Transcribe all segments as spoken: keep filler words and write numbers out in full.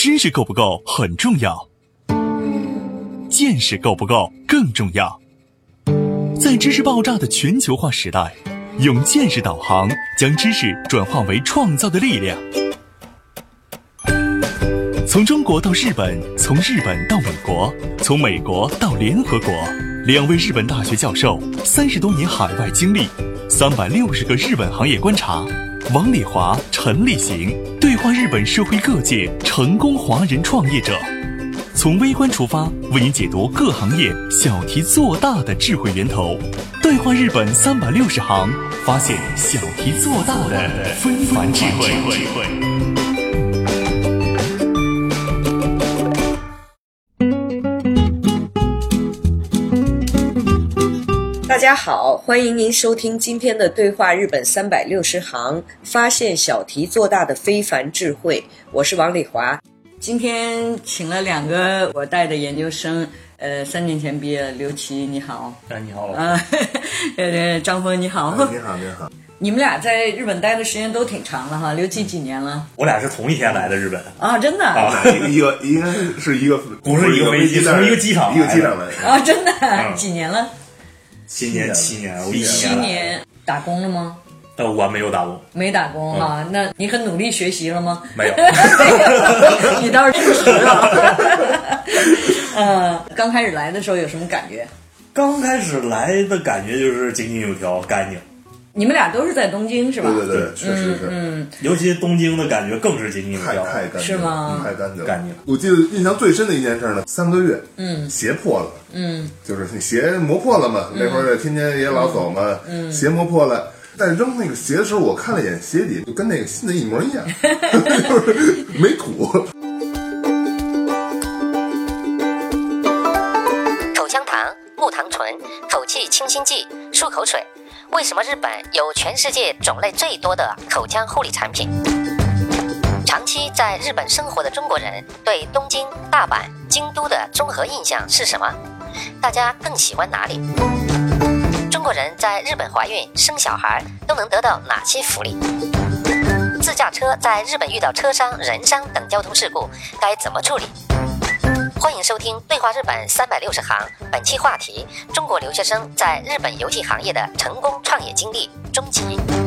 知识够不够很重要，见识够不够更重要。在知识爆炸的全球化时代，用见识导航，将知识转化为创造的力量。从中国到日本，从日本到美国，从美国到联合国，两位日本大学教授，三十多年海外经历，三百六十个日本行业观察。王礼华、陈立行对话日本社会各界成功华人创业者，从微观出发，为您解读各行业小题做大的智慧源头。对话日本三百六十行，发现小题做大的非凡智慧。 大家好，欢迎您收听今天的对话日本三百六十行，发现小题做大的非凡智慧。我是王礼华。今天请了两个我带的研究生，呃，三年前毕业，刘琦你好。 哎，你好。 啊，呃，张峰你好。 哎，你好，你好。 你们俩在日本待的时间都挺长了哈，刘琦几年了？ 我俩是同一天来的日本啊，真的啊， 一个应该是一个， 不是一个飞机，从一个机场， 一个机场来的啊，真的、 嗯、 几年了？ 七年，七年，我七年打工了吗？ 呃，我没有打工， 没打工哈、嗯。那你很努力学习了吗？ 没有， 你倒是诚实啊。嗯，刚开始来的时候有什么感觉？ 刚开始来的感觉就是井井有条，干净。 你们俩都是在东京是吧？ 对对对，确实是。 嗯， 尤其东京的感觉更是井井有条， 太太干净， 是吗？ 太干净， 干净。 我记得印象最深的一件事呢，三个月，嗯，鞋破了， 嗯， 就是鞋磨破了嘛，那会儿天天也老走嘛，嗯，鞋磨破了。在扔那个鞋的时候，我看了一眼鞋底，就跟那个新的一模一样，就是没土。 口香糖、木糖醇、口气清新剂、漱口水。为什么日本有全世界种类最多的口腔护理产品？长期在日本生活的中国人对东京、大阪、京都的综合印象是什么？大家更喜欢哪里？中国人在日本怀孕、生小孩都能得到哪些福利？自驾车在日本遇到车伤、人伤等交通事故该怎么处理？欢迎收听《对话日本三百六十行》，本期话题：中国留学生在日本游戏行业的成功创业经历终极。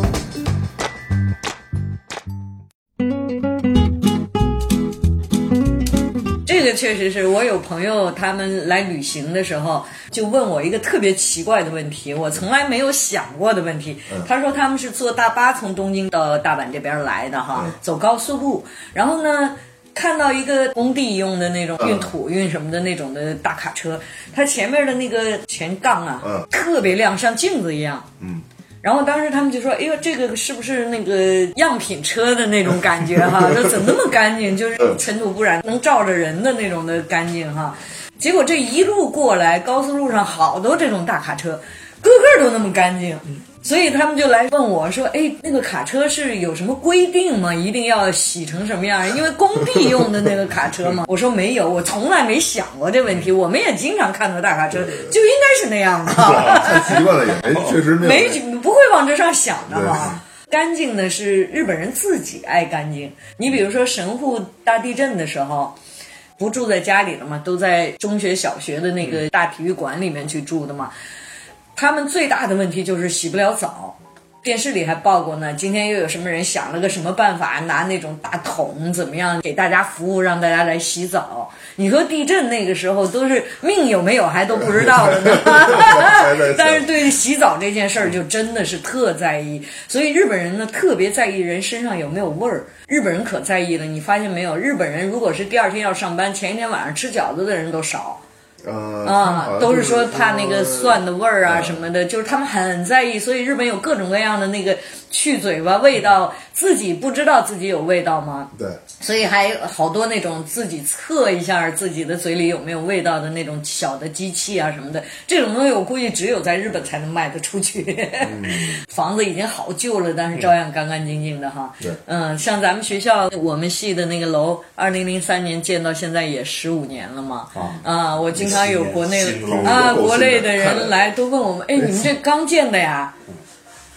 这个确实是我有朋友他们来旅行的时候就问我一个特别奇怪的问题，我从来没有想过的问题。嗯、他说他们是坐大巴从东京到大阪这边来的哈，嗯、走高速路，然后呢看到一个工地用的那种运土运什么的那种的大卡车，它前面的那个前杠啊、嗯、特别亮，像镜子一样。嗯，然后当时他们就说：“哎呦，这个是不是那个样品车的那种感觉哈？就怎么那么干净，就是尘土不染，能照着人的那种的干净哈。”结果这一路过来，高速路上好多这种大卡车，个个都那么干净。所以他们就来问我说：“哎，那个卡车是有什么规定吗？一定要洗成什么样？因为工地用的那个卡车嘛。”我说没有，我从来没想过这问题。我们也经常看到大卡车，就应该是那样的。 太习惯了也，哎，确实没没不会往这上想的哈。干净的是日本人自己爱干净。你比如说神户大地震的时候，不住在家里了嘛，都在中学、小学的那个大体育馆里面去住的嘛。他们最大的问题就是洗不了澡，电视里还报过呢。今天又有什么人想了个什么办法，拿那种大桶怎么样给大家服务，让大家来洗澡。你说地震那个时候都是命有没有还都不知道的呢，但是对洗澡这件事儿就真的是特在意。所以日本人呢特别在意人身上有没有味儿。日本人可在意了，你发现没有？日本人如果是第二天要上班，前一天晚上吃饺子的人都少。 呃啊，都是说怕那个蒜的味儿啊什么的，就是他们很在意，所以日本有各种各样的那个去嘴巴味道，自己不知道自己有味道吗？ 对， 所以还好多那种自己测一下自己的嘴里有没有味道的那种小的机器啊什么的，这种东西我估计只有在日本才能卖得出去。嗯、房子已经好旧了，但是照样干干净净的哈。 对， 嗯，像咱们学校我们系的那个楼，二零零三年建到现在也十五年了嘛。啊，啊我经常有国内啊国内的人来都问我们，哎，你们这刚建的呀？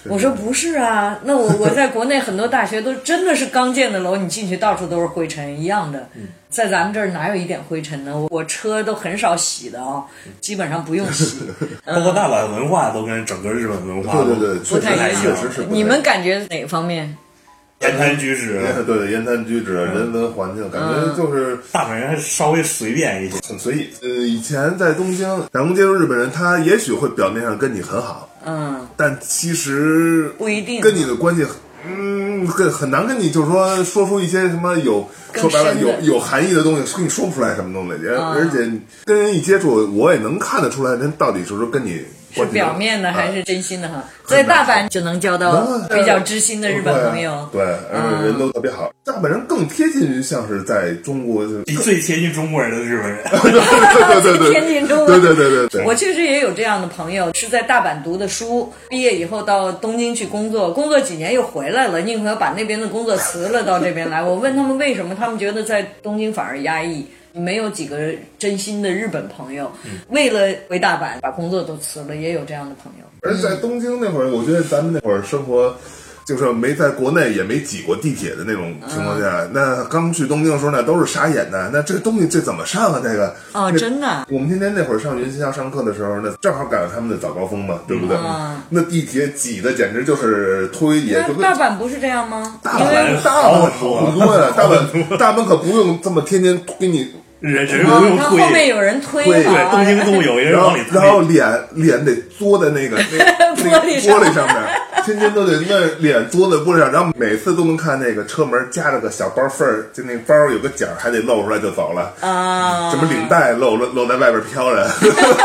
我说不是啊，那我我在国内很多大学都真的是刚建的楼，你进去到处都是灰尘一样的。在咱们这儿哪有一点灰尘呢？我我车都很少洗的啊、哦，基本上不用洗。 包括大阪文化都跟整个日本文化对对对， 不太一样。 确实是。 你们感觉哪方面？ 言谈举止， 对言谈举止、嗯、人文环境，感觉就是大阪人稍微随便一些， 很随意。呃，以前在东京打工接触日本人，他也许会表面上跟你很好， 嗯， 但其实不一定跟你的关系。嗯，很很难跟你就是说说出一些什么有说白了有有含义的东西，跟你说不出来什么东西。而、嗯、而且跟人一接触，我也能看得出来，人到底是说跟你是表面的还是真心的哈。在大阪就能交到比较知心的日本朋友， 对，而且人都特别好。大阪人更贴近于像是在中国， 最贴近中国人的日本人， 对对对， 贴近中国， 对对对对对。 我确实也有这样的朋友，是在大阪读的书，毕业以后到东京去工作，工作几年又回来了，宁可把那边的工作辞了到这边来。我问他们为什么，他们觉得在东京反而压抑。没有几个真心的日本朋友，嗯、为了回大阪把工作都辞了，也有这样的朋友。 而在东京那会儿，我觉得咱们那会儿生活，就是没在国内也没挤过地铁的那种情况下，嗯、那刚去东京的时候，那都是傻眼的。那这东西这怎么上啊？这个哦，真的。 我们天天那会儿上云溪校上课的时候，那正好赶上他们的早高峰嘛，对不对？嗯、那地铁挤的简直就是推也就跟大阪不是这样吗？ 大阪大阪好多呀，大阪大阪可不用这么天天给你。 人人不用推， 后面有人推， 对，东京都有一人往里推， 然后脸脸得嘬在那个那玻璃玻璃上面，天天都得那脸嘬在玻璃上，然后每次都能看那个车门夹着个小包缝儿，就那包有个角还得露出来就走了啊，什么领带露露露在外边飘着。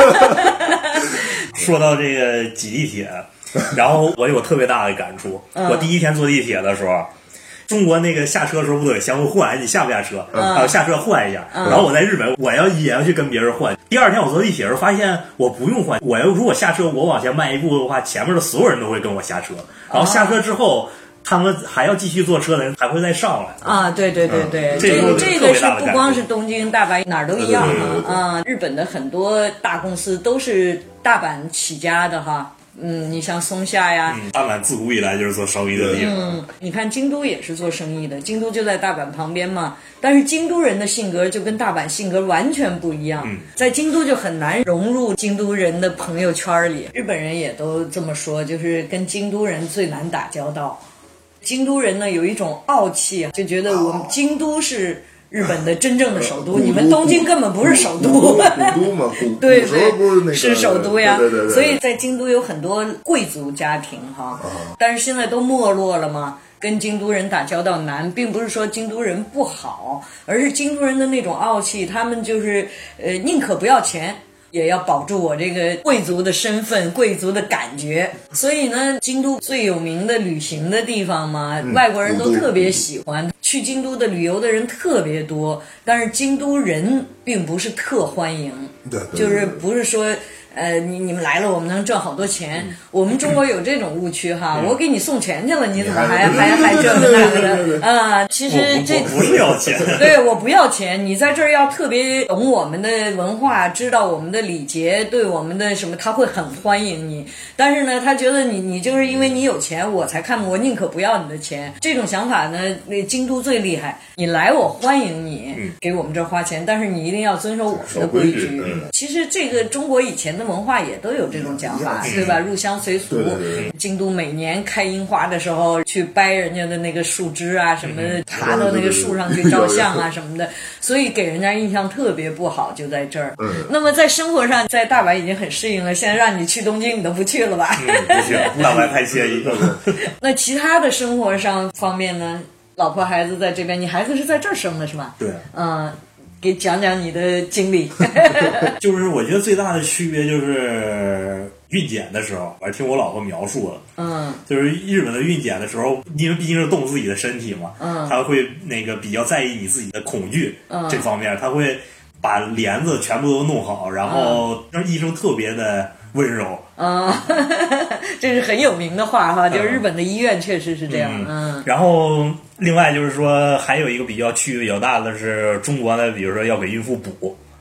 说到这个挤地铁，然后我有特别大的感触，我第一天坐地铁的时候。中国那个下车的时候不都得相互换，你下不下车，然后、嗯、下车换一下。嗯、然后我在日本，我要也要去跟别人换。第二天我坐地铁的时候发现我不用换，我要如果下车我往前迈一步的话，前面的所有人都会跟我下车。然后下车之后，他们还要继续坐车的人还会再上来。 啊，对对对对， 嗯、这个这个是不光是东京、大阪哪儿都一样啊。啊，日本的很多大公司都是大阪起家的哈。嗯，你像松下呀， 嗯、大阪自古以来就是做生意的地方。 嗯，你看京都也是做生意的，京都就在大阪旁边嘛。但是京都人的性格就跟大阪性格完全不一样，嗯、在京都就很难融入京都人的朋友圈里。日本人也都这么说，就是跟京都人最难打交道。京都人呢有一种傲气，就觉得我们京都是。日本的真正的首都，你们东京根本不是首都， 古都嘛， 对对， 不是那个是首都呀。 对对对对， 所以在京都有很多贵族家庭哈，啊、但是现在都没落了嘛，跟京都人打交道难，并不是说京都人不好，而是京都人的那种傲气，他们就是呃宁可不要钱。也要保住我这个贵族的身份，贵族的感觉。所以呢，京都最有名的旅行的地方嘛，嗯、外国人都特别喜欢。去京都的旅游的人特别多，但是京都人并不是特欢迎， 对对对就是不是说。呃，你你们来了，我们能挣好多钱。嗯、我们中国有这种误区哈，嗯、我给你送钱去了，你怎么还还还这个那个的啊？其实这不是要钱， 对，我不要钱。你在这儿要特别懂我们的文化，知道我们的礼节，对我们的什么，他会很欢迎你。但是呢，他觉得你你就是因为你有钱，我才看，我宁可不要你的钱。这种想法呢，那京都最厉害。你来，我欢迎你，嗯、给我们这儿花钱，但是你一定要遵守我们的规矩。嗯、其实这个中国以前的文化也都有这种讲法，嗯、对吧？入乡随俗。 对对对， 京都每年开樱花的时候，去掰人家的那个树枝啊，什么的，爬到那个树上去照相啊，什么的，所以给人家印象特别不好，就在这儿。嗯。那么在生活上，在大阪已经很适应了，现在让你去东京，你都不去了吧？ 嗯，不去，大阪太惬意了。 那其他的生活上方面呢？老婆孩子在这边，你孩子是在这儿生的是吧？ 对。 嗯。给讲讲你的经历。 就是我觉得最大的区别就是孕检的时候，我听我老婆描述了，嗯，就是日本的孕检的时候，因为毕竟是动自己的身体嘛，嗯，他会那个比较在意你自己的恐惧，嗯，这方面他会把帘子全部都弄好，然后让医生特别的温柔。 嗯，这是很有名的话哈，就是日本的医院确实是这样。嗯， 嗯然后另外就是说还有一个比较区别比较大的是中国的，比如说要给孕妇补。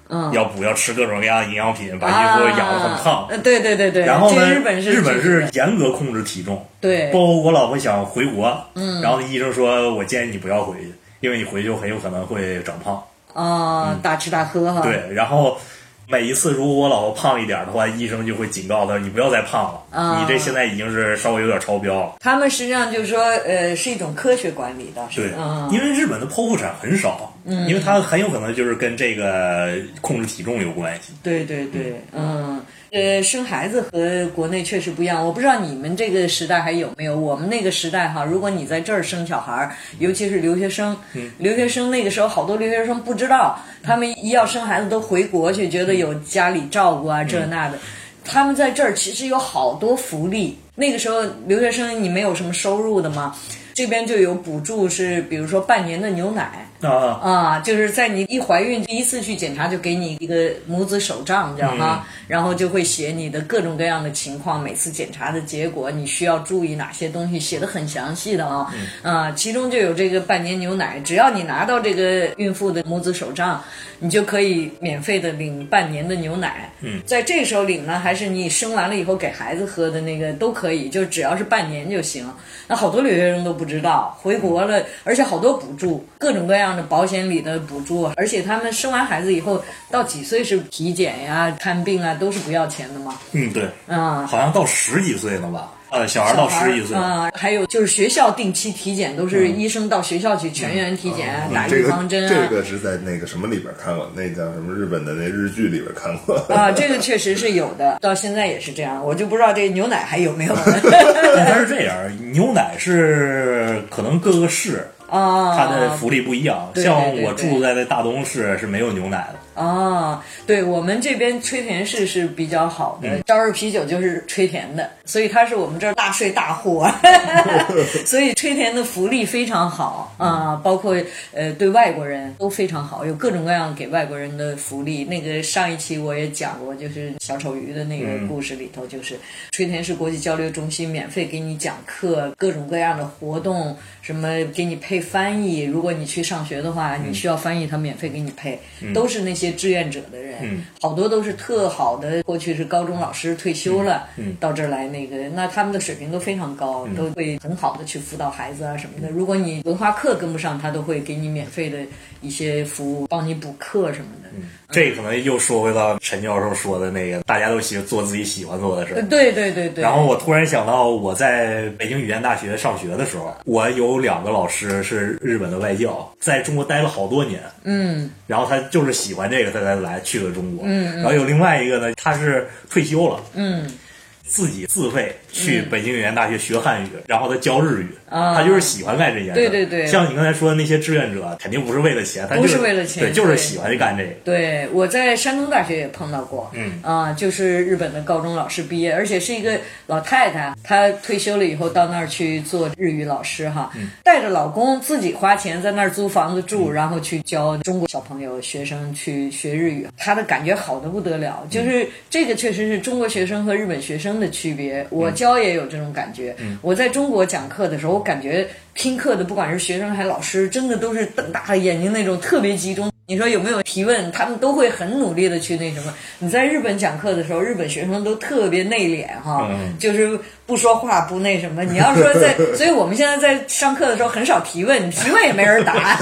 嗯， 要补要吃各种各样的营养品，把衣服养得很胖。 啊、对对对对。 然后呢， 日本是日本是严格控制体重。 对。 包括我老婆想回国，嗯，然后医生说我建议你不要回去，因为你回去很有可能会长胖。 啊、嗯，大吃大喝哈。 对，然后。每一次，如果我老婆胖一点的话，医生就会警告她：“你不要再胖了，啊、你这现在已经是稍微有点超标。” 他们实际上就是说，呃，是一种科学管理的。 对， 嗯、 因为日本的剖腹产很少，嗯，因为它很有可能就是跟这个控制体重有关系。 对对对，嗯。呃，生孩子和国内确实不一样。我不知道你们这个时代还有没有，我们那个时代哈，如果你在这儿生小孩，尤其是留学生，嗯、留学生那个时候好多留学生不知道，他们一要生孩子都回国去，觉得有家里照顾啊，这那的。他们在这儿其实有好多福利。那个时候留学生你没有什么收入的嘛，这边就有补助，是比如说半年的牛奶。 啊啊，就是在你一怀孕第一次去检查，就给你一个母子手账，知道吗？嗯、然后就会写你的各种各样的情况，每次检查的结果，你需要注意哪些东西，写得很详细的啊。嗯、啊，其中就有这个半年牛奶，只要你拿到这个孕妇的母子手账，你就可以免费的领半年的牛奶。 嗯， 在这时候领呢，还是你生完了以后给孩子喝的那个都可以，就只要是半年就行。那好多留学生都不知道，回国了，而且好多补助，各种各样。这样的保险里的补助，而且他们生完孩子以后到几岁是体检呀、看病啊，都是不要钱的嘛。 嗯，对， 啊、嗯， 好像到十几岁了吧？呃，小孩到十几岁啊、嗯，还有就是学校定期体检，都是医生到学校去全员体检，嗯、打预防针啊、 这个。这个是在那个什么里边看过，那叫什么日本的那日剧里边看过啊，这个确实是有的，到现在也是这样，我就不知道这牛奶还有没有。 但是这样，牛奶是可能各个市。 啊， 它的福利不一样， 对对对对， 像我住在那大东市是没有牛奶的。 啊，对，我们这边吹田市是比较好的，朝日啤酒就是吹田的，所以它是我们这儿大税大户啊，所以吹田的福利非常好啊，包括呃对外国人都非常好，有各种各样给外国人的福利。那个上一期我也讲过，就是小丑鱼的那个故事里头，就是吹田市国际交流中心免费给你讲课，各种各样的活动，什么给你配翻译，如果你去上学的话，你需要翻译，他免费给你配，都是那些志愿者的人， 嗯、 好多都是特好的，过去是高中老师退休了， 嗯嗯、 到这儿来那个，那他们的水平都非常高， 嗯、 都会很好的去辅导孩子啊什么的。如果你文化课跟不上，他都会给你免费的一些服务，帮你补课什么的。 嗯、这可能又说回到陈教授说的那个，大家都喜欢做自己喜欢做的事。 对对对对。 然后我突然想到，我在北京语言大学上学的时候，我有两个老师是日本的外教，在中国待了好多年。 嗯。 然后他就是喜欢这个，他才来去了中国。 嗯。 然后有另外一个呢，他是退休了。 嗯。 自己自费去北京语言大学学汉语，嗯、然后他教日语，啊、他就是喜欢干这件事。 对对对， 像你刚才说的那些志愿者，肯定不是为了钱，他就是、 不是为了钱， 对，就是喜欢干这个。 对，我在山东大学也碰到过， 嗯啊，就是日本的高中老师毕业，而且是一个老太太，她退休了以后到那儿去做日语老师哈， 嗯、 带着老公自己花钱在那儿租房子住， 嗯、 然后去教中国小朋友学生去学日语，她的感觉好得不得了，就是这个确实是中国学生和日本学生的区别。我教也有这种感觉。 嗯、 我在中国讲课的时候，我感觉听课的不管是学生还是老师，真的都是瞪大了眼睛那种，特别集中。你说有没有提问？他们都会很努力的去那什么。你在日本讲课的时候，日本学生都特别内敛哈， 嗯、 就是不说话不那什么。你要说在，所以我们现在在上课的时候很少提问，提问也没人答。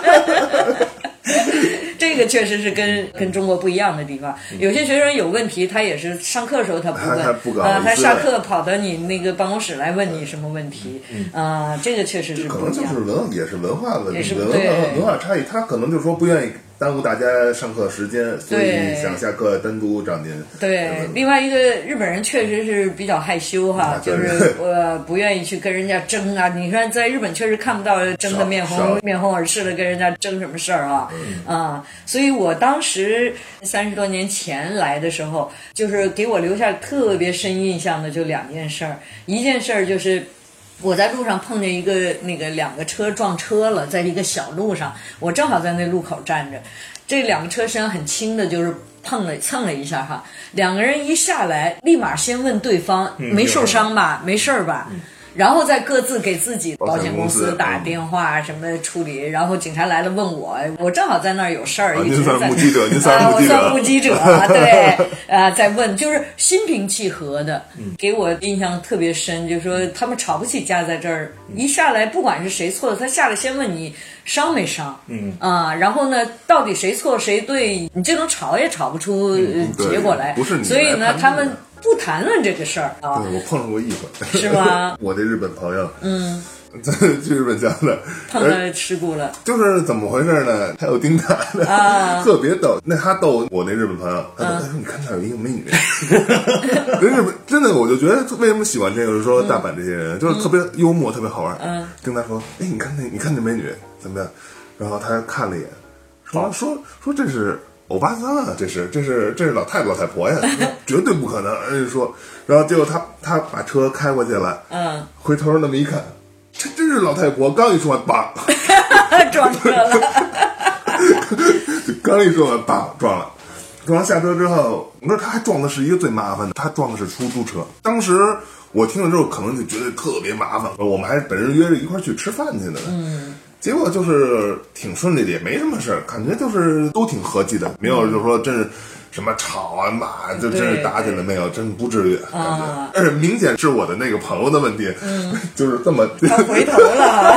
这个确实是跟跟中国不一样的地方。有些学生有问题，他也是上课的时候他不问， 他不啊、呃，他下课跑到你那个办公室来问你什么问题， 嗯啊、呃，这个确实是不一样。 可能就是文也是文化问题，文化对文化差异，他可能就是说不愿意耽误大家上课时间，所以想下课单独找您。 对，另外一个日本人确实是比较害羞哈， 啊、 就是呃不愿意去跟人家争啊。你看在日本确实看不到争的面红面红耳赤的跟人家争什么事儿啊， 嗯、 啊，所以我当时三十多年前来的时候，就是给我留下特别深印象的就两件事儿，一件事儿就是。我在路上碰见一个那个两个车撞车了，在一个小路上，我正好在那路口站着，这两个车身很轻的，就是碰了蹭了一下哈，两个人一下来，立马先问对方、 嗯、 没受伤吧，没事儿吧。 嗯然后再各自给自己保险公保险公司司打电话什么处理，然后警察来了问我，我正好在那儿有事儿， 啊一直在您算目击者您算啊，我目击者算目击者，对，啊，在问，就是心平气和的，给我印象特别深，就是说他们吵不起架，在这儿一下来，不管是谁错了，他下来先问你伤没伤，嗯啊，然后呢，到底谁错谁对，你这种吵也吵不出呃对结果来， 不是你所以呢， 来判断他们不谈论这个事儿啊， 对，我碰上过一回， 是吗？ 我这日本朋友，嗯，去日本家的， 碰到事故了， 就是怎么回事呢？他有盯他的， 啊特别逗。那他逗我那日本朋友，他说：“他说你看那有一个美女。”人日本真的，我就觉得为什么喜欢这个，就是说大阪这些人就是特别幽默，特别好玩。嗯，跟他说：“哎，你看那，你看那美女怎么样？”然后他看了一眼，说：“说说这是。”欧巴桑啊，这是这是这是老太老太婆呀，绝对不可能。人家说，然后结果他他把车开过去了，嗯，回头那么一看，这真是老太婆。刚一说完，叭， 撞车了。 刚一说完，叭，撞了。撞完下车之后，我说他还撞的是一个最麻烦的，他撞的是出租车。当时我听了之后，可能就觉得特别麻烦。我们还本人约着一块去吃饭去的呢。嗯。结果就是挺顺利的，也没什么事儿，感觉就是都挺和气的，没有就是说真是什么吵啊骂，就真是打起来没有，真不至于感觉。而且明显是我的那个朋友的问题，嗯、就是这么他回头了。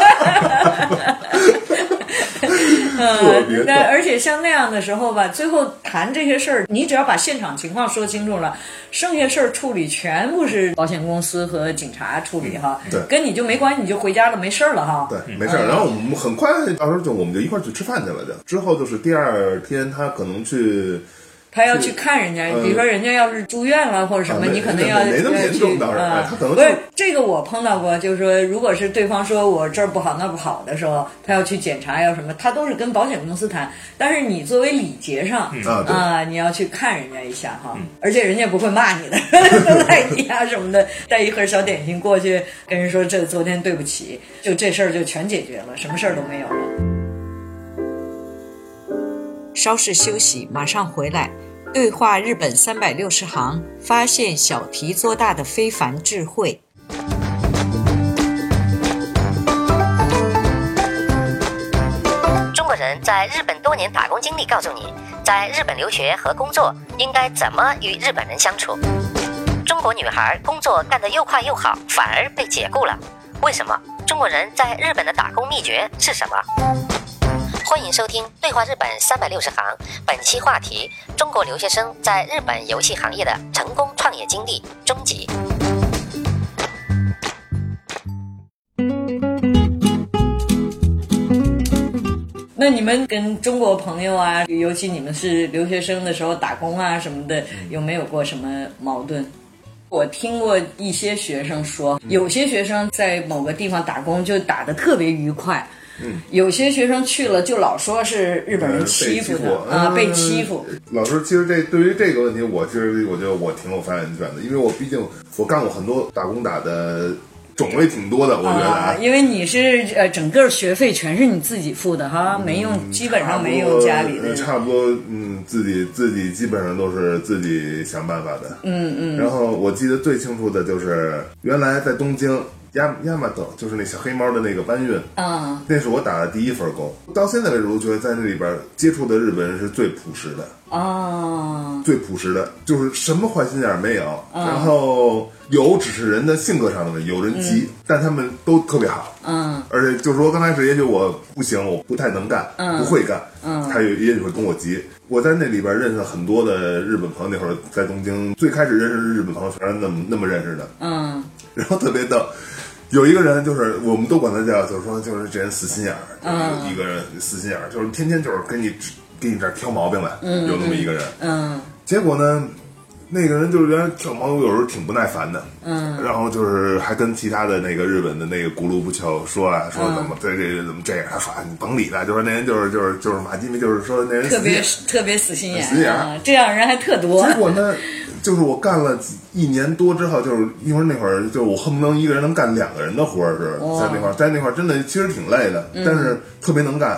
嗯，那而且像那样的时候吧，最后谈这些事儿，你只要把现场情况说清楚了，剩下事儿处理全部是保险公司和警察处理哈， 对， 跟你就没关系，你就回家了，没事了哈。 对，没事。然后我们很快到时候就我们就一块儿去吃饭去了，就之后就是第二天他可能去。 他要去看人家，比如说人家要是住院了或者什么，你可能要没那么严重，当然，他可能不是这个我碰到过，就是说，如果是对方说我这儿不好那不好的时候，他要去检查要什么，他都是跟保险公司谈。但是你作为礼节上啊，你要去看人家一下哈，而且人家不会骂你的，赖你啊什么的，带一盒小点心过去跟人说这昨天对不起，就这事儿就全解决了，什么事儿都没有了。稍事休息，马上回来。对话日本三百六十行，发现小题做大的非凡智慧。 中国人在日本多年打工经历告诉你，在日本留学和工作应该怎么与日本人相处。中国女孩工作干得又快又好，反而被解雇了。为什么？中国人在日本的打工秘诀是什么？欢迎收听《对话日本三百六十行》，本期话题：中国留学生在日本游戏行业的成功创业经历终极。 那你们跟中国朋友啊，尤其你们是留学生的时候打工啊什么的，有没有过什么矛盾？我听过一些学生说，有些学生在某个地方打工就打得特别愉快。嗯，有些学生去了就老说是日本人欺负的、嗯、啊，被欺负。 老师，其实这对于这个问题，我其实我觉得我挺有发言权的，因为我毕竟我干过很多打工打的种类挺多的，我觉得、啊啊，因为你是呃整个学费全是你自己付的哈，没用、嗯，基本上没用家里的， 差不多，嗯，自己自己基本上都是自己想办法的，嗯嗯。然后我记得最清楚的就是原来在东京。亚亚麻豆就是那小黑猫的那个搬运，啊、嗯，那是我打的第一份工。到现在为止，我觉得在那里边接触的日本人是最朴实的，哦，最朴实的，就是什么坏心眼没有，嗯、然后有只是人的性格上的问题，有人急、嗯，但他们都特别好，嗯，而且就是说刚开始也许我不行，我不太能干，嗯，不会干，嗯，他也也许会跟我急。我在那里边认识了很多的日本朋友，那会儿在东京最开始认识日本朋友全是那么那么认识的，嗯，然后特别逗。有一个人就是我们都管他叫，就是说就是这人死心眼儿，嗯，有一个人死心眼儿，就是天天就是给你给你这儿挑毛病来，嗯，有那么一个人，嗯，结果呢，那个人就是原来挑毛病有时候挺不耐烦的，嗯，然后就是还跟其他的那个日本的那个咕噜不丘说了，说怎么这这怎么这样，他说你甭理他，就说那人就是就是就是马基米，就是说那人特别特别死心眼， 死心眼、啊， 这样人还特多。 结果呢？就是我干了一年多之后，就是因为那会儿，就是我恨不能一个人能干两个人的活儿，是在那块儿，在那块儿真的其实挺累的，嗯、但是特别能干，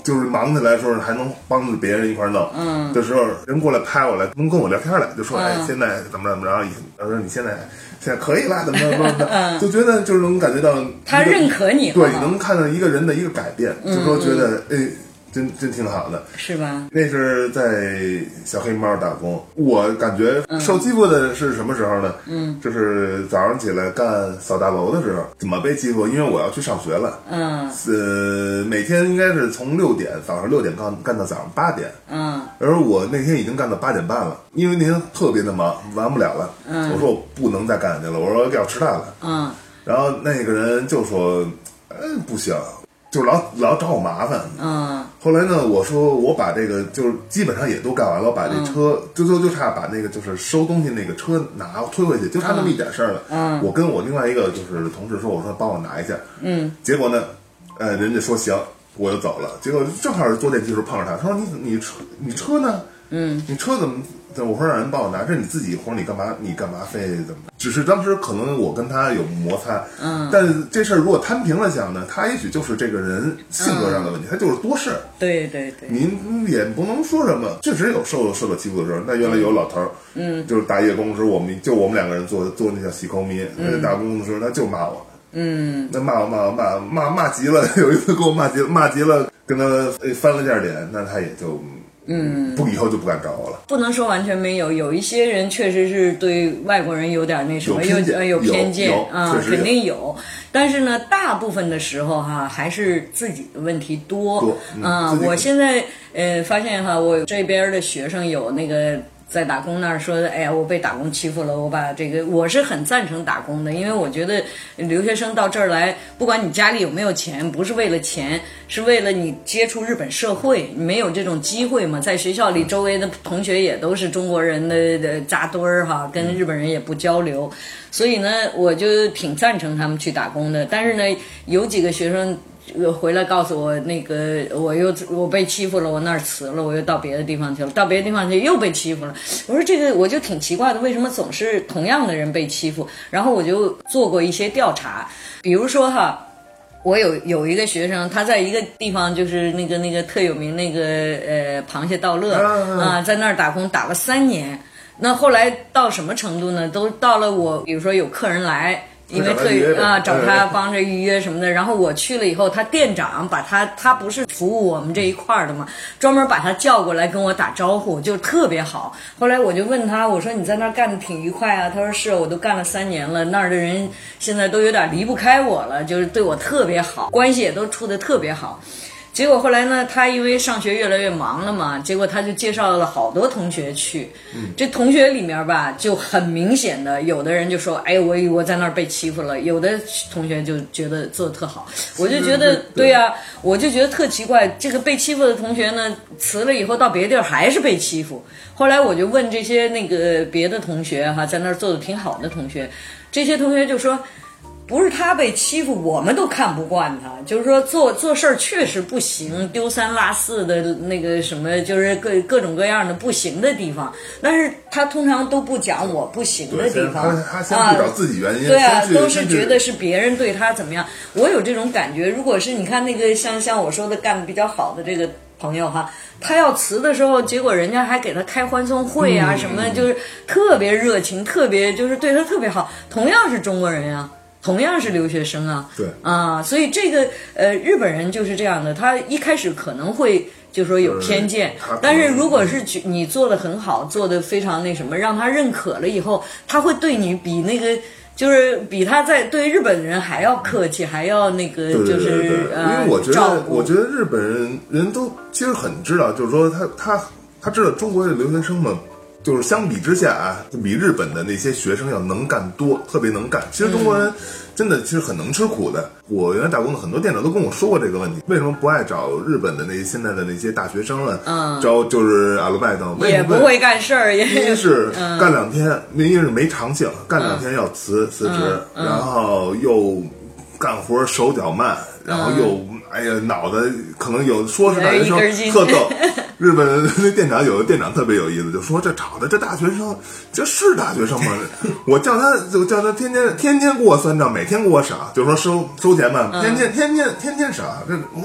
就是忙起来的时候还能帮着别人一块弄，嗯，的时候人过来拍我来，能跟我聊天来，就说、嗯、哎，现在怎么着怎么着，他说你现在现在可以了，怎么着怎么着，嗯、就觉得就是能感觉到他认可你， 对，能看到一个人的一个改变，嗯、就说觉得哎。真真挺好的， 是吧？ 那是在小黑猫打工，我感觉受欺负的是什么时候呢？嗯，就是早上起来干扫大楼的时候，怎么被欺负？因为我要去上学了，嗯，呃，每天应该是从六点早上六点干干到早上八点，嗯，而我那天已经干到八点半了，因为那天特别的忙，完不了了，嗯，我说我不能再干下去了，我说要迟到了，嗯，然后那个人就说，嗯，不行。就老老找我麻烦，嗯。后来呢，我说我把这个就是基本上也都干完了，我把这车、嗯、就就就差把那个就是收东西那个车拿推回去，就差那么一点事儿了。嗯。我跟我另外一个就是同事说，我说帮我拿一下。嗯。结果呢，呃，人家说行，我就走了。结果正好是坐电梯时候碰上他，他说你你车你车呢？嗯。你车怎么？我说让人帮我拿，这是你自己活，你干嘛你干嘛非怎么？只是当时可能我跟他有摩擦，嗯，但是这事儿如果摊平了想呢，他也许就是这个人性格上的问题，嗯、他就是多事儿。 对对对， 您也不能说什么，确实有受受到欺负的时候。那原来有老头儿，嗯，就是打夜工时，我们就我们两个人做做那叫洗口米，嗯，打工的时候他就骂我，嗯，那骂我骂我骂骂骂急了，有一次给我骂急了，骂急了，跟他翻了下脸，那他也就。嗯，不，以后就不敢找我了。 不能说完全没有，有一些人确实是对外国人有点那什么， 有有, 有偏见啊、 嗯，肯定有。但是呢，大部分的时候哈，还是自己的问题多。 多嗯、啊，我现在呃发现哈，我这边的学生有那个。在打工那儿说，哎呀，我被打工欺负了，我把这个，我是很赞成打工的，因为我觉得留学生到这儿来，不管你家里有没有钱，不是为了钱，是为了你接触日本社会，你没有这种机会嘛，在学校里周围的同学也都是中国人的的扎堆儿哈，跟日本人也不交流，所以呢，我就挺赞成他们去打工的，但是呢，有几个学生。回来告诉我，那个我又我被欺负了，我那儿辞了，我又到别的地方去了，到别的地方去又被欺负了。我说这个我就挺奇怪的，为什么总是同样的人被欺负？然后我就做过一些调查，比如说哈，我有有一个学生，他在一个地方就是那个那个特有名那个呃螃蟹道乐啊，在那儿打工打了三年。那后来到什么程度呢？都到了我比如说有客人来。因为特啊找他帮着预约什么的，然后我去了以后，他店长把他他不是服务我们这一块的嘛，专门把他叫过来跟我打招呼，就特别好。后来我就问他，我说你在那儿干的挺愉快啊？他说是，我都干了三年了，那儿的人现在都有点离不开我了，就是对我特别好，关系也都处得特别好。结果后来呢，他因为上学越来越忙了嘛，结果他就介绍了好多同学去。嗯，这同学里面吧，就很明显的，有的人就说：“哎，我我在那儿被欺负了。”有的同学就觉得做得特好。我就觉得，对呀、啊，我就觉得特奇怪。这个被欺负的同学呢，辞了以后到别的地儿还是被欺负。后来我就问这些那个别的同学哈，在那儿做的挺好的同学，这些同学就说。不是他被欺负，我们都看不惯他。就是说做做事儿确实不行，丢三落四的那个什么，就是各各种各样的不行的地方。但是他通常都不讲我不行的地方， 他他先不找自己原因， 啊、对啊，都是觉得是别人对他怎么样。我有这种感觉，如果是你看那个像像我说的干的比较好的这个朋友哈，他要辞的时候，结果人家还给他开欢送会啊，嗯、什么就是特别热情，特别就是对他特别好。同样是中国人呀、啊。同样是留学生啊， 对啊，所以这个呃日本人就是这样的，他一开始可能会就说有偏见，但是如果是你做的很好，做的非常那什么，让他认可了以后，他会对你比那个就是比他在对日本人还要客气，还要那个就是呃， 因为我觉得我觉得日本人人都其实很知道，就是说他他他知道中国的留学生们。就是相比之下啊，比日本的那些学生要能干多，特别能干。其实中国人真的其实很能吃苦的。嗯、我原来打工的很多店长都跟我说过这个问题，为什么不爱找日本的那些现在的那些大学生啊？嗯，招就是阿鲁拜等， 也不会干事儿，也一是干两天，因为是没长性，干两天要辞辞职， 嗯嗯、 然后又干活手脚慢，然后又。嗯哎呀，脑子可能有说是大学生特逗。日本那店长有的店长特别有意思，就说这找的这大学生，这是大学生吗？我叫他就叫他天天天天给我算账，每天给我赏，就说收收钱嘛，天天天天天天赏。这我说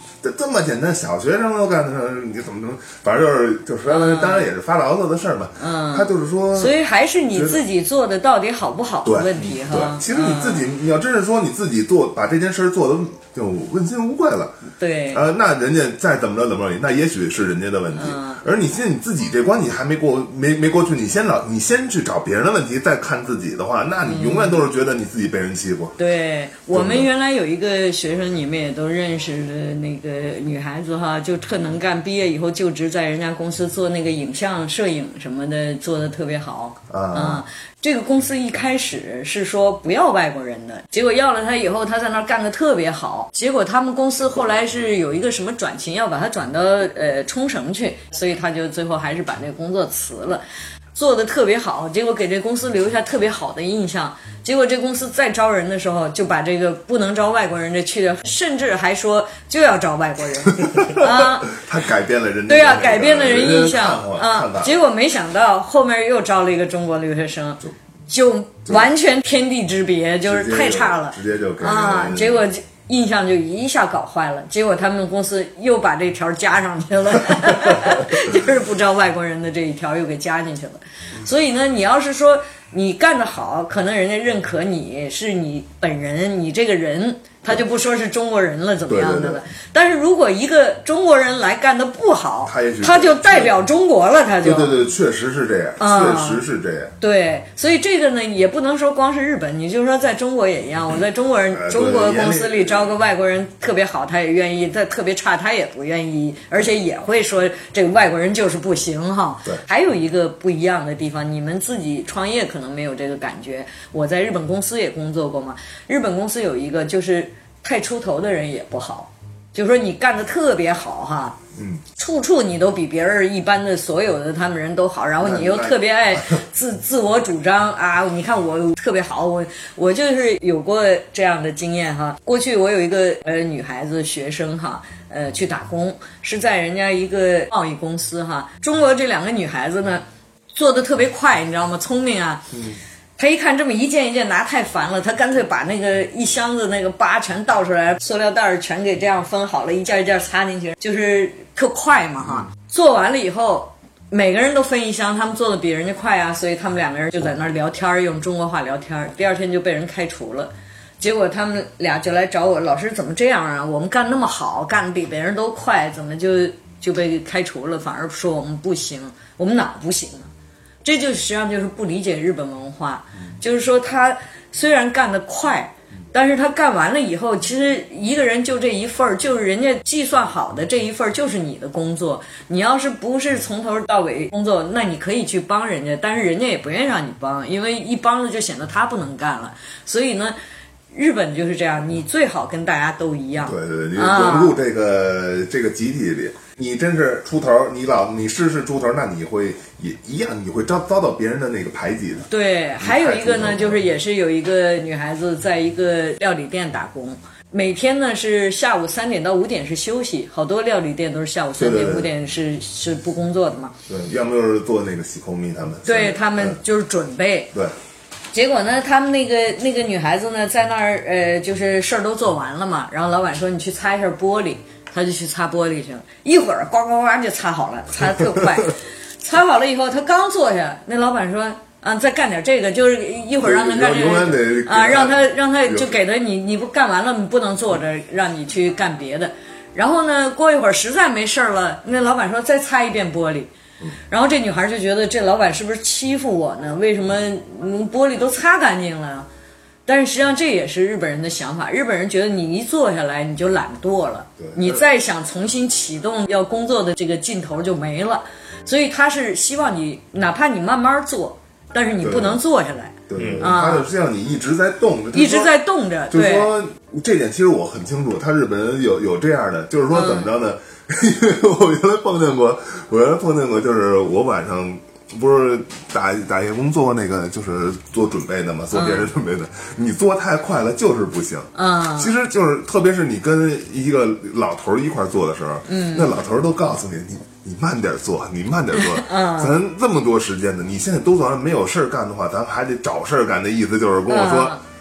这这么简单，小学生都干得上，你怎么能？反正就是就是，当然也是发牢骚的事儿嘛。嗯，他就是说， 所以还是你自己做的到底好不好的问题哈。 对，其实你自己，嗯、你要真是说你自己做，把这件事做的就问心无愧了。 对， 呃，那人家再怎么着怎么着，那也许是人家的问题。嗯、而你现在你自己这关你还没过，没没过去，你先找你先去找别人的问题，再看自己的话，那你永远都是觉得你自己被人欺负。 嗯、对我们原来有一个学生，你们也都认识的那个女孩子哈，就特能干，毕业以后就职在人家公司做那个影像摄影什么的，做的特别好啊。嗯，这个公司一开始是说不要外国人的，结果要了他以后，他在那儿干得特别好。结果他们公司后来是有一个什么转型，要把他转到呃冲绳去，所以他就最后还是把这个工作辞了。做得特别好，结果给这公司留下特别好的印象。结果这公司再招人的时候，就把这个不能招外国人这去掉，甚至还说就要招外国人啊！ 他改变了人对啊，改变了人印象啊！结果没想到后面又招了一个中国留学生，就完全天地之别，就是太差了， 直接就给啊！结果印象就一下搞坏了，结果他们公司又把这条加上去了，就是不招外国人的这一条又给加进去了。所以呢，你要是说你干得好，可能人家认可你是你本人，你这个人他就不说是中国人了，怎么样的了？ 对对对， 但是如果一个中国人来干得不好， 他也许他就代表中国了，他就对对对，确实是这样， 啊、 确实是这样。 对，所以这个呢，也不能说光是日本，你就说在中国也一样。我在中国人、 呃、 中国公司里招个外国人特别好，他也愿意；再特别差，他也不愿意，而且也会说这个外国人就是不行哈。 对， 还有一个不一样的地方，你们自己创业可能没有这个感觉。我在日本公司也工作过嘛，日本公司有一个就是太出头的人也不好，就是说你干得特别好哈，嗯，处处你都比别人一般的所有的他们人都好，然后你又特别爱自自我主张啊，你看我特别好，我我就是有过这样的经验哈。过去我有一个呃女孩子学生哈，呃去打工，是在人家一个贸易公司哈。中国这两个女孩子呢，做的特别快，你知道吗？聪明啊。嗯。他一看这么一件一件拿太烦了，他干脆把那个一箱子那个粑全倒出来，塑料袋全给这样分好了，一件一件插进去，就是特快嘛哈。做完了以后，每个人都分一箱，他们做的比人家快啊，所以他们两个人就在那儿聊天，用中国话聊天。第二天就被人开除了。结果他们俩就来找我，老师怎么这样啊？我们干那么好，干得比别人都快，怎么就就被开除了？反而说我们不行，我们哪不行呢？这就实际上就是不理解日本文化，就是说他虽然干得快，但是他干完了以后，其实一个人就这一份儿，就是人家计算好的这一份儿就是你的工作。你要是不是从头到尾工作，那你可以去帮人家，但是人家也不愿意让你帮，因为一帮了就显得他不能干了。所以呢，日本就是这样，你最好跟大家都一样。 对对对，你融入这个、啊、这个集体里。你真是出头，你老你事事出头，那你会也一样，你会遭遭到别人的那个排挤的。 对，还有一个呢，就是也是有一个女孩子在一个料理店打工，每天呢是下午三点到五点是休息，好多料理店都是下午三点五点是是不工作的嘛。 对，要么就是做那个洗空米他们。 对他们就是准备。 对。 结果呢，他们那个那个女孩子呢，在那儿呃，就是事儿都做完了嘛，然后老板说你去擦一下玻璃。他就去擦玻璃去了，一会儿呱呱呱就擦好了，擦得特快。擦好了以后，他刚坐下，那老板说：“啊，再干点这个，就是一会儿让他干这个啊，让他让他就给他你你不干完了，你不能坐着，让你去干别的。”然后呢，过一会儿实在没事了，那老板说：“再擦一遍玻璃。”然后这女孩就觉得这老板是不是欺负我呢？为什么玻璃都擦干净了？但是实际上这也是日本人的想法，日本人觉得你一坐下来你就懒惰了，你再想重新启动要工作的这个劲头就没了，所以他是希望你哪怕你慢慢做，但是你不能坐下来。 对，对啊，他就希望你一直在动着， 一直在动着。 就是说这点其实我很清楚，他日本有有这样的，就是说怎么着呢？嗯、因为我原来碰见过，我原来碰见过，就是我晚上。不是打打夜工做那个，就是做准备的嘛，做别人准备的。嗯、你做太快了就是不行。嗯，其实就是特别是你跟一个老头一块做的时候，嗯，那老头都告诉你，你你慢点做，你慢点做。嗯，咱这么多时间呢，你现在都早上没有事儿干的话，咱还得找事儿干。的意思就是跟我说，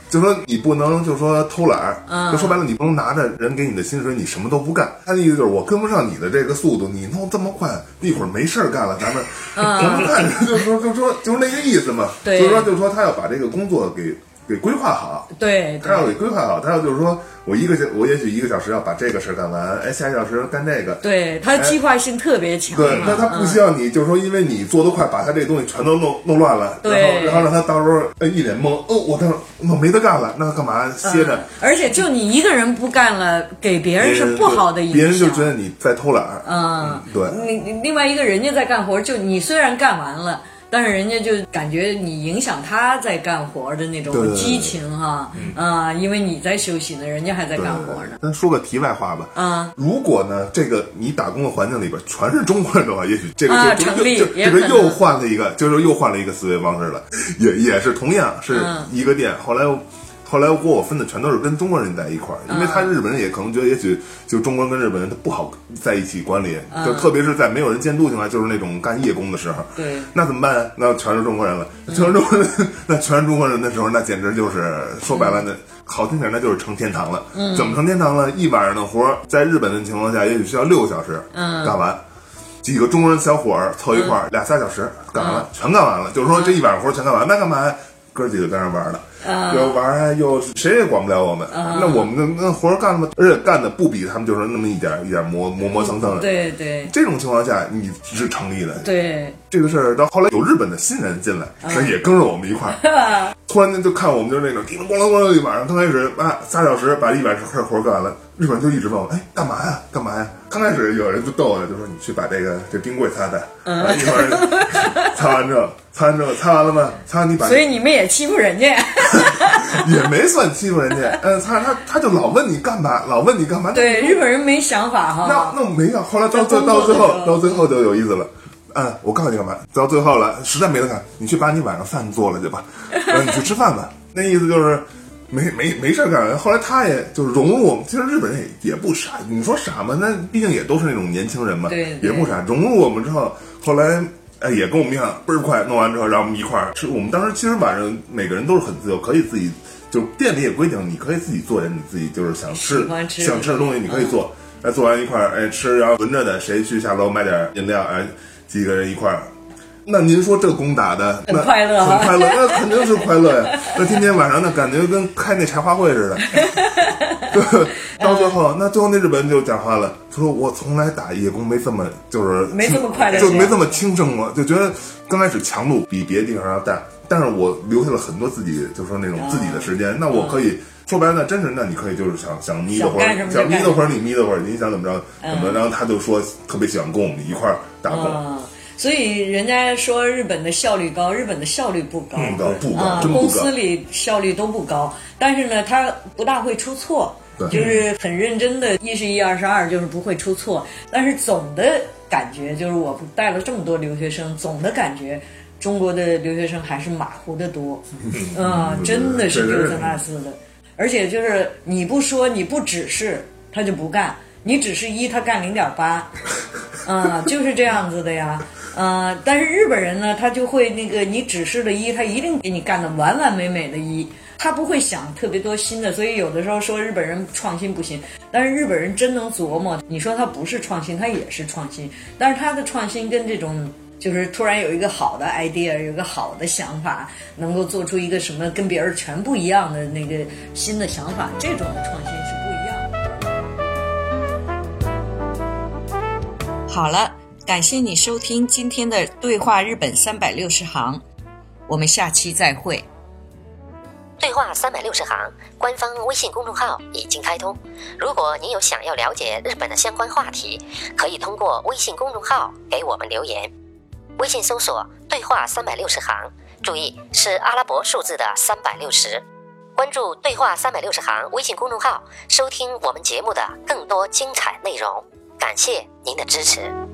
就说你不能就说偷懒，嗯，就说白了，你不能拿着人给你的薪水，你什么都不干。他的意思就是我跟不上你的这个速度，你弄这么快，一会儿没事干了，咱们咱们看，就说就说就是那个意思嘛。对，就是说就是说他要把这个工作给给规划好， 对， 他要给规划好，他要就是说我一个小我也许一个小时要把这个事干完，哎，下一个小时干这个， 对，他计划性特别强。 对，那他不需要你，就是说，因为你做得快，把他这个东西全都弄弄乱了，然后然后让他到时候呃一脸懵，哦，我当我没得干了，那干嘛歇着？ 而且就你一个人不干了，给别人是不好的影响， 别人就觉得你在偷懒。 嗯， 对， 你另外一个人家在干活，就你虽然干完了。但是人家就感觉你影响他在干活的那种激情哈，啊、呃，因为你在休息呢，人家还在干活呢。 咱说个题外话吧，啊、嗯，如果呢，这个你打工的环境里边全是中国人的话，也许这个就、 啊、成立， 这个又换了一个，就是又换了一个思维方式了，也也是同样是一个店，嗯、后来。后来给我分的全都是跟中国人在一块儿，因为他日本人也可能觉得，也许就中国人跟日本人他不好在一起管理，就特别是在没有人监督情况下，就是那种干夜工的时候， 对， 那怎么办？那全是中国人了，全是中国人，那全是中国人的时候，那简直就是说白了，那好听点，那就是成天堂了。嗯，怎么成天堂了？一晚上的活，在日本的情况下，也许需要六个小时干完。几个中国人小伙儿凑一块儿，俩仨小时干完了，全干完了。就是说这一晚上活全干完，那干嘛呀？哥几个在那玩呢，uh, 又玩又谁也管不了我们。Uh, 那我们那那活干了吗？而且干的不比他们就是那么一点一点磨磨磨蹭蹭的。 对对， 这种情况下你是成立的。 对， 这个事儿到后来有日本的新人进来，那、uh, 也跟着我们一块儿。突然间就看我们就是那种叮咣啷咣啷一晚上，刚开始啊仨小时把一晚上活干完了，日本人就一直问我，哎，干嘛呀？干嘛呀？刚开始有人就逗我，就说你去把这个这冰柜擦擦，嗯、一会儿擦完之后，擦完之后擦完了吗？擦完你把， 所以你们也欺负人家， 也没算欺负人家，嗯，他他他就老问你干嘛，老问你干嘛。 对，日本人没想法哈。 那那没有，后来到到到最后，到最后就有意思了。嗯，我告诉你干嘛？到最后了，实在没得干，你去把你晚上饭做了去吧，然后你去吃饭吧。那意思就是。没没没事干，后来他也就是融入我们。其实日本人也也不傻，你说傻吗？那毕竟也都是那种年轻人嘛， 对， 也不傻。融入我们之后，后来哎也跟我们一样倍儿快弄完之后，让我们一块儿吃。我们当时其实晚上每个人都是很自由，可以自己就店里也规定，你可以自己做点你自己就是想吃吃想吃的东西，你可以做。哎、嗯，做完一块儿哎吃，然后轮着的谁去下楼买点饮料，哎几个人一块儿。那您说这工打的很快乐， 很快乐，那肯定是快乐呀！那天天晚上那感觉跟开那茶话会似的。到最后，那最后那日本人就讲话了，他说我从来打夜工没这么就是没这么快乐， 就没这么轻生过，就觉得刚开始强度比别的地方要大，但是我留下了很多自己就说那种自己的时间，那我可以。说白了，那真是，那你可以就是想想眯的会儿，想眯的会儿你眯的会儿，你想怎么着怎么，然后他就说特别喜欢跟我们一块儿打工。 嗯，所以人家说日本的效率高，日本的效率不高， 不高不高， 啊、 真不高。 公司里效率都不高，但是呢，他不大会出错，就是很认真的，一是一，二是二，就是不会出错。但是总的感觉就是，我带了这么多留学生，总的感觉。中国的留学生还是马虎的多，嗯，真的是丢三落四的。而且就是你不说你不指示他就不干，你指示一他干零点八，啊，就是这样子的呀，呃，但是日本人呢，他就会那个你指示的一，他一定给你干的完完美美的一，他不会想特别多新的，所以有的时候说日本人创新不行，但是日本人真能琢磨，你说他不是创新，他也是创新，但是他的创新跟这种。就是突然有一个好的 idea， 有一个好的想法，能够做出一个什么跟别人全不一样的那个新的想法，这种的创新是不一样的。好了，感谢你收听今天的对话日本三百六十行，我们下期再会。 对话三百六十行官方微信公众号已经开通，如果您有想要了解日本的相关话题，可以通过微信公众号给我们留言。微信搜索对话三百六十行，注意是阿拉伯数字的三百六十。关注对话三百六十行微信公众号，收听我们节目的更多精彩内容。感谢您的支持。